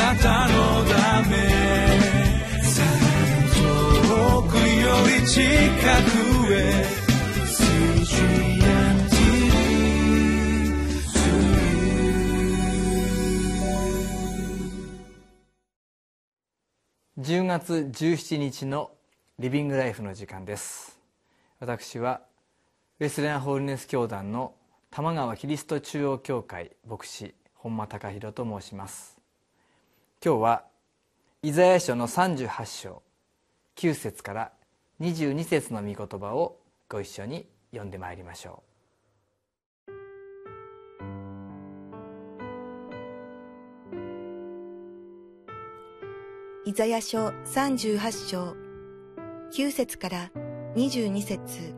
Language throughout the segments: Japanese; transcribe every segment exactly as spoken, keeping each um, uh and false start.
なたのため遠くより近くへじゅうがつじゅうしちにちのリビングライフの時間です。私はウェスレアンホールネス教団の玉川キリスト中央教会牧師本間隆弘と申します。今日はイザヤ書のさんじゅうはちしょうきゅうせつからにじゅうにせつの御言葉をご一緒に読んでまいりましょう。 イザヤ書さんじゅうはちしょうきゅうせつからにじゅうにせつ。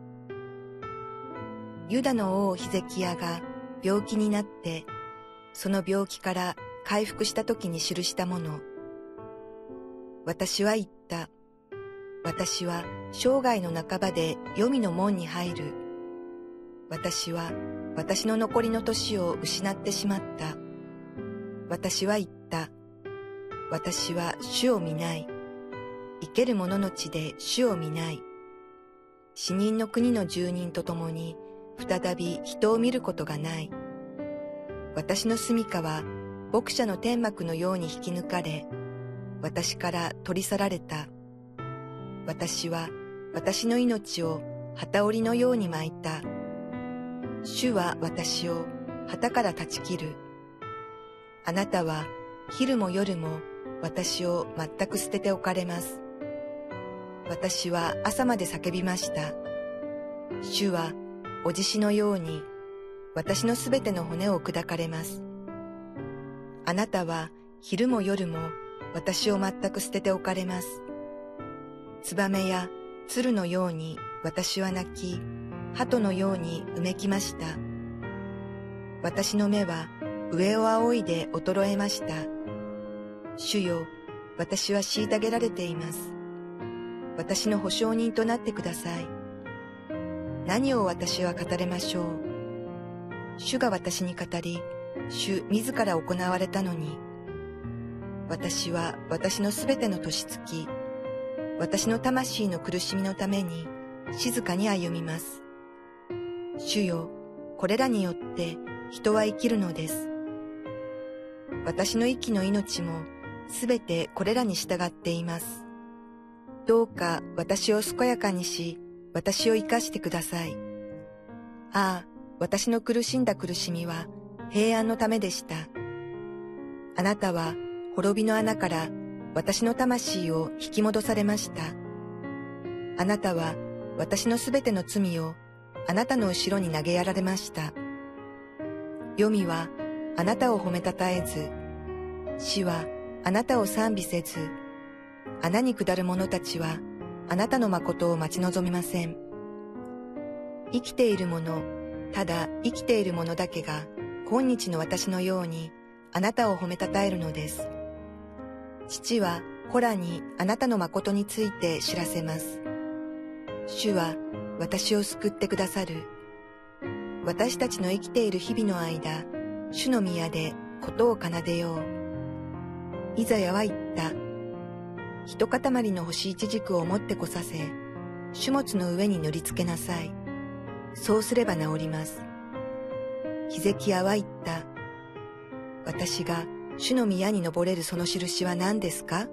ユダの王ヒゼキヤが病気になってその病気から回復した時に記したもの。私は言った。私は生涯の半ばで黄泉の門に入る。私は私の残りの年を失ってしまった。私は言った。私は主を見ない。生ける者の地で主を見ない。死人の国の住人と共に再び人を見ることがない。私の住処は牧者の天幕のように引き抜かれ、私から取り去られた。私は私の命を機織りのように巻いた。主は私を旗から断ち切る。あなたは昼も夜も私を全く捨てておかれます。私は朝まで叫びました。主はお獅子のように私のすべての骨を砕かれます。あなたは昼も夜も私を全く捨てておかれます。ツバメや鶴のように私は泣き、鳩のようにうめきました。私の目は上を仰いで衰えました。主よ、私は虐げられています。私の保証人となってください。何を私は語れましょう。主が私に語り、主自ら行われたのに。私は私のすべての年月、私の魂の苦しみのために静かに歩みます。主よ、これらによって人は生きるのです。私の息の命もすべてこれらに従っています。どうか私を健やかにし、私を生かしてください。ああ、私の苦しんだ苦しみは平安のためでした。あなたは滅びの穴から私の魂を引き戻されました。あなたは私のすべての罪をあなたの後ろに投げやられました。黄泉はあなたを褒めたたえず、死はあなたを賛美せず、穴に下る者たちはあなたの誠を待ち望みません。生きている者、ただ生きている者だけが今日の私のようにあなたを褒めたたえるのです。父は子らにあなたの誠について知らせます。主は私を救ってくださる。私たちの生きている日々の間、主の宮でことを奏でよう。イザヤは言った。一塊の干しイチジクを持ってこさせ、種物の上に塗りつけなさい。そうすれば治ります。ヒゼキヤは言った。私が主の宮に登れるその印は何ですか？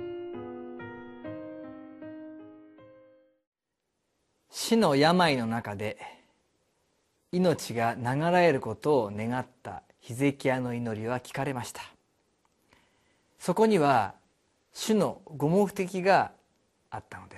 死の病の中で命が流れることを願ったヒゼキヤの祈りは聞かれました。そこには主のご目的があったのです。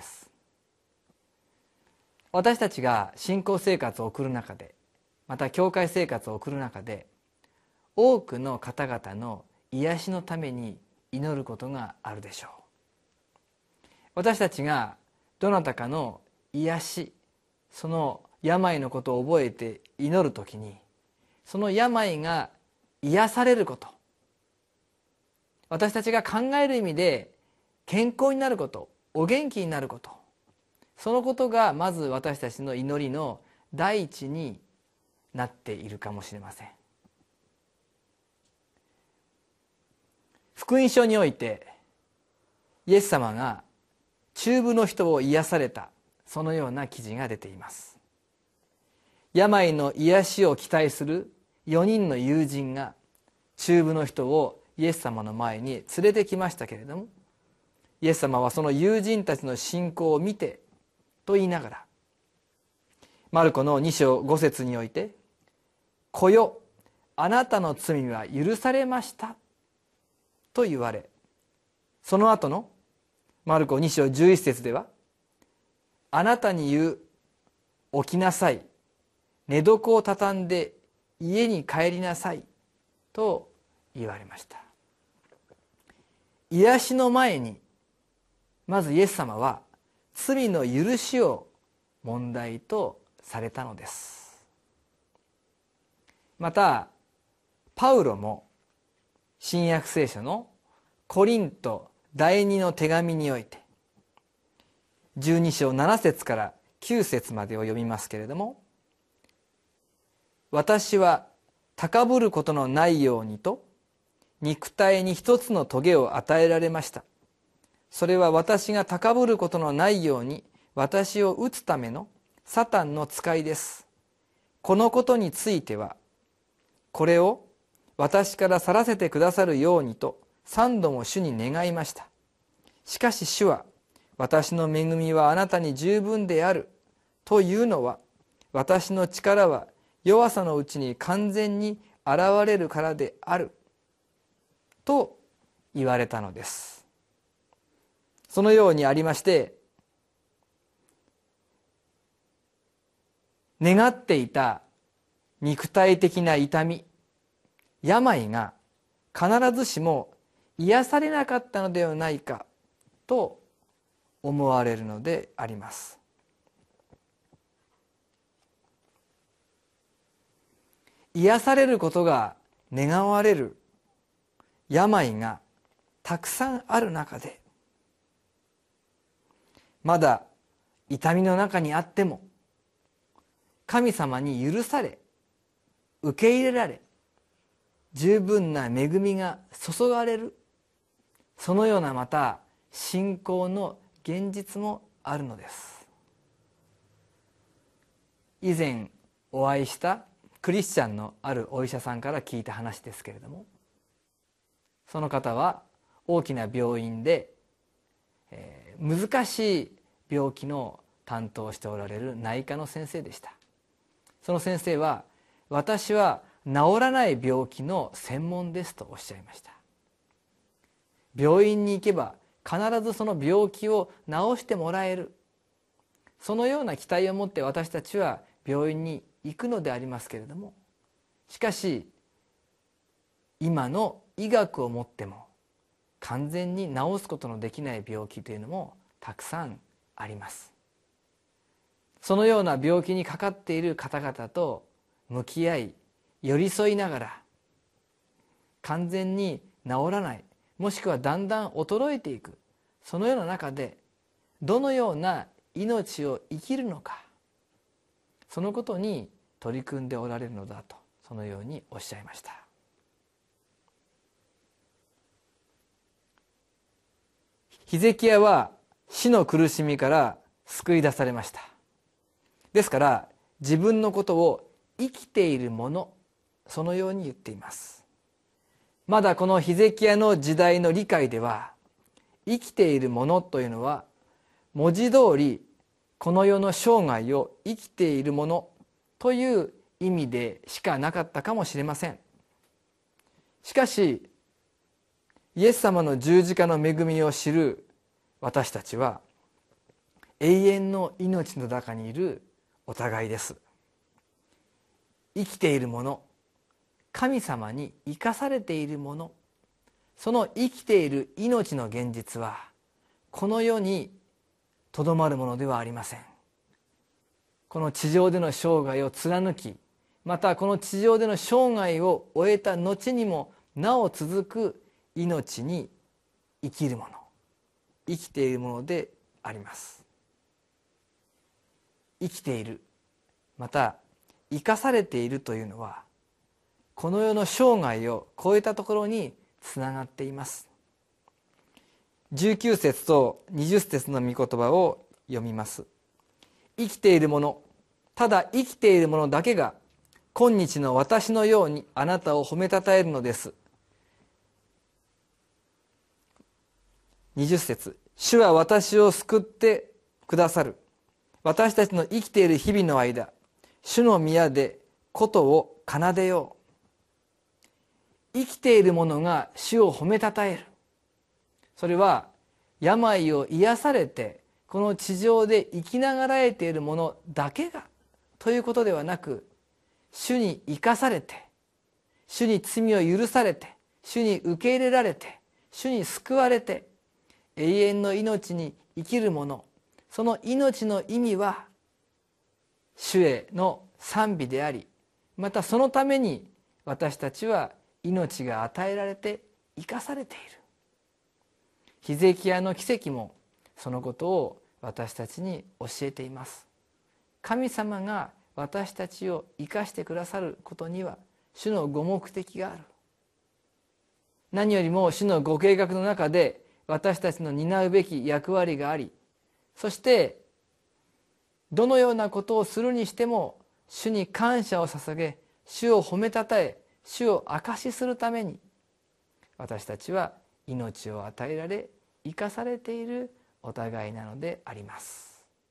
私たちが信仰生活を送る中で、また教会生活を送る中で、多くの方々の癒しのために祈ることがあるでしょう。私たちがどなたかの癒し、その病のことを覚えて祈るときに、その病が癒されること、私たちが考える意味で健康になること、お元気になること、そのことがまず私たちの祈りの第一になっているかもしれません。 福音書においてイエス様が中部の人を癒された、そのような記事が出ています。病の癒しを期待するよにんの友人が中部の人をイエス様の前に連れてきましたけれども、イエス様はその友人たちの信仰を見てと言いながら、マルコのに章ご節において、子よ、あなたの罪は許されましたと言われ、その後のマルコに章じゅういち節では、あなたに言う、起きなさい、寝床を畳んで家に帰りなさいと言われました。癒しの前にまずイエス様は罪の許しを問題とされたのです。またパウロも新約聖書のコリント第二の手紙においてじゅうに章なな節からきゅう節までを読みますけれども、私は高ぶることのないようにと肉体に一つの棘を与えられました。それは私が高ぶることのないように私を打つためのサタンの使いです。このことについてはこれを私から去らせてくださるようにと三度も主に願いました。しかし主は、私の恵みはあなたに十分であるというのは、私の力は弱さのうちに完全に現れるからであると言われたのです。そのようにありまして、願っていた肉体的な痛み、病が必ずしも癒されなかったのではないかと思われるのであります。癒されることが願われる病がたくさんある中で、まだ痛みの中にあっても神様に許され受け入れられ十分な恵みが注がれる、そのようなまた信仰の現実もあるのです。以前お会いしたクリスチャンのあるお医者さんから聞いた話ですけれども、その方は大きな病院で、えー、難しい病気の担当をしておられる内科の先生でした。その先生は、私は治らない病気の専門ですとおっしゃいました。病院に行けば必ずその病気を治してもらえる、そのような期待を持って私たちは病院に行くのでありますけれども、しかし今の医学をもっても完全に治すことのできない病気というのもたくさんあります。そのような病気にかかっている方々と向き合い寄り添いながら、完全に治らない、もしくはだんだん衰えていく、そのような中でどのような命を生きるのか、そのことに取り組んでおられるのだと、そのようにおっしゃいました。ヒゼキヤは死の苦しみから救い出されました。ですから自分のことを生きているもの、そのように言っています。まだこのヒゼキヤの時代の理解では、生きているものというのは文字通りこの世の生涯を生きているものという意味でしかなかったかもしれません。しかしイエス様の十字架の恵みを知る私たちは、永遠の命の中にいるお互いです。生きているもの、神様に生かされているもの、その生きている命の現実はこの世にとどまるものではありません。この地上での生涯を貫き、またこの地上での生涯を終えた後にもなお続く命に生きるもの、生きているものであります。生きている、また生かされているというのは、この世の生涯を超えたところにつながっています。 じゅうきゅう節とにじゅっ節の御言葉を読みます。生きている者、ただ生きている者だけが今日の私のようにあなたを褒めたたえるのです。にじゅっ節、主は私を救ってくださる。私たちの生きている日々の間、主の宮で琴を奏でよう。生きている者が主を褒めたたえる。それは病を癒されてこの地上で生きながらえている者だけがということではなく、主に生かされて、主に罪を許されて、主に受け入れられて、主に救われて永遠の命に生きる者、その命の意味は主への賛美であり、またそのために私たちは命が与えられて生かされている。ヒゼキヤの奇跡もそのことを私たちに教えています。神様が私たちを生かしてくださることには主のご目的がある。何よりも主のご計画の中で私たちの担うべき役割があり、そしてどのようなことをするにしても主に感謝を捧げ、主を褒めたたえ、主を証しするために私たちは命を与えられ生かされているお互いなのであります。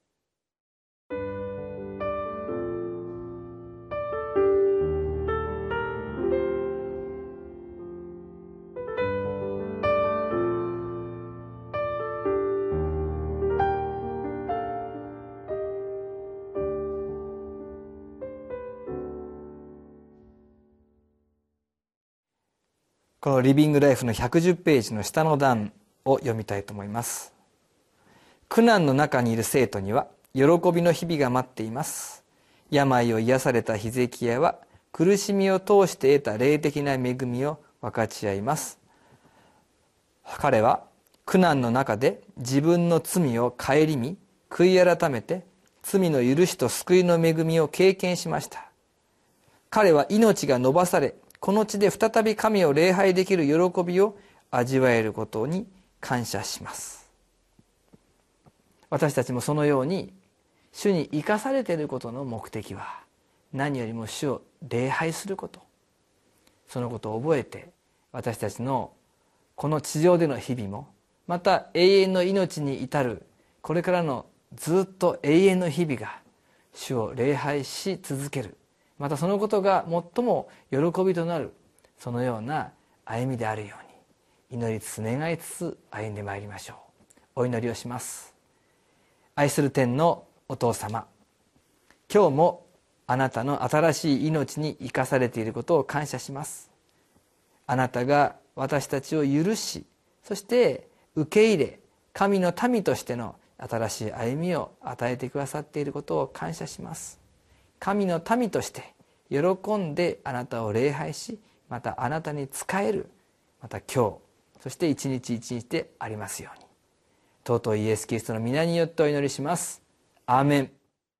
このリビングライフのひゃくじゅっページの下の段を読みたいと思います。苦難の中にいる生徒には喜びの日々が待っています。病を癒されたヒゼキヤは苦しみを通して得た霊的な恵みを分かち合います。彼は苦難の中で自分の罪を顧み、悔い改めて罪の許しと救いの恵みを経験しました。彼は命が伸ばされ、この地で再び神を礼拝できる喜びを味わえることに感謝します。私たちもそのように主に生かされていることの目的は何よりも主を礼拝すること、そのことを覚えて私たちのこの地上での日々も、また永遠の命に至るこれからのずっと永遠の日々が主を礼拝し続ける、またそのことが最も喜びとなる、そのような歩みであるように祈りつつ願いつつ歩んでまいりましょう。お祈りをします。愛する天のお父様、今日もあなたの新しい命に生かされていることを感謝します。あなたが私たちを許し、そして受け入れ、神の民としての新しい歩みを与えてくださっていることを感謝します。神の民として喜んであなたを礼拝し、またあなたに仕える、また今日、そして一日一日でありますように、尊いイエス・キリストの皆によってお祈りします。アーメン。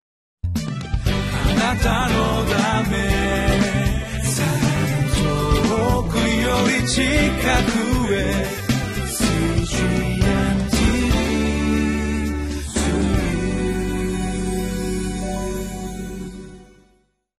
あなたのため遠くより近く